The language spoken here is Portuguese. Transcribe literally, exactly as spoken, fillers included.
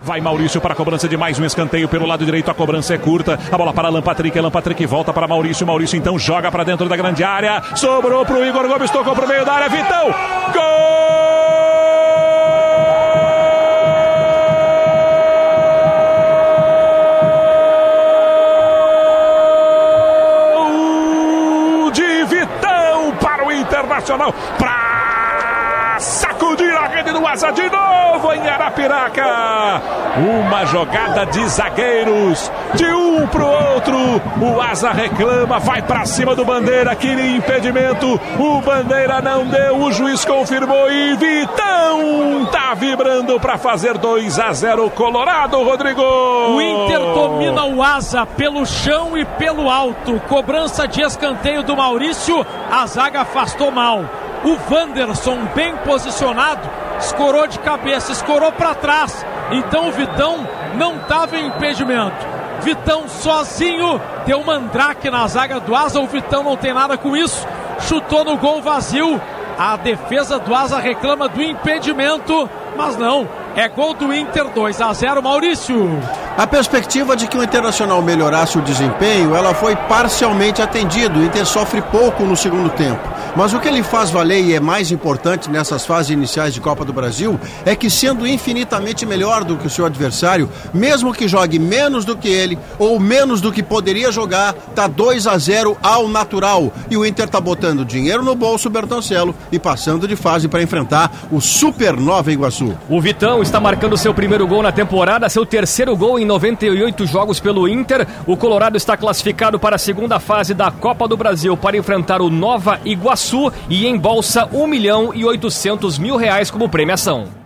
Vai Maurício para a cobrança de mais um escanteio pelo lado direito. A cobrança é curta. A bola para Alan Patrick. Alan Patrick volta para Maurício. Maurício então joga para dentro da grande área. Sobrou para o Igor Gomes. Tocou para o meio da área. Vitão. Gol de Vitão para o Internacional. Para sacudir a rede do Asa de novo em Arapiraca. Uma jogada de zagueiros, de um pro outro. O Asa reclama, vai pra cima do Bandeira, queria impedimento. O Bandeira não deu, o juiz confirmou e Vitão tá vibrando pra fazer dois a zero Colorado, Rodrigo. O Inter domina o Asa pelo chão e pelo alto. Cobrança de escanteio do Maurício, a zaga afastou mal. O Wanderson, bem posicionado, escorou de cabeça, escorou para trás. Então o Vitão não estava em impedimento. Vitão sozinho deu mandrake na zaga do Asa. O Vitão não tem nada com isso. Chutou no gol vazio. A defesa do Asa reclama do impedimento, mas não. É gol do Inter, dois a zero, Maurício. A perspectiva de que o Internacional melhorasse o desempenho, ela foi parcialmente atendida. O Inter sofre pouco no segundo tempo. Mas o que ele faz valer e é mais importante nessas fases iniciais de Copa do Brasil é que, sendo infinitamente melhor do que o seu adversário, mesmo que jogue menos do que ele ou menos do que poderia jogar, tá dois a zero ao natural. E o Inter tá botando dinheiro no bolso, Bertoncello, e passando de fase para enfrentar o Super Nova Iguaçu. O Vitão está marcando seu primeiro gol na temporada, seu terceiro gol em noventa e oito jogos pelo Inter. O Colorado está classificado para a segunda fase da Copa do Brasil para enfrentar o Nova Iguaçu e embolsa um milhão e oitocentos mil reais como premiação.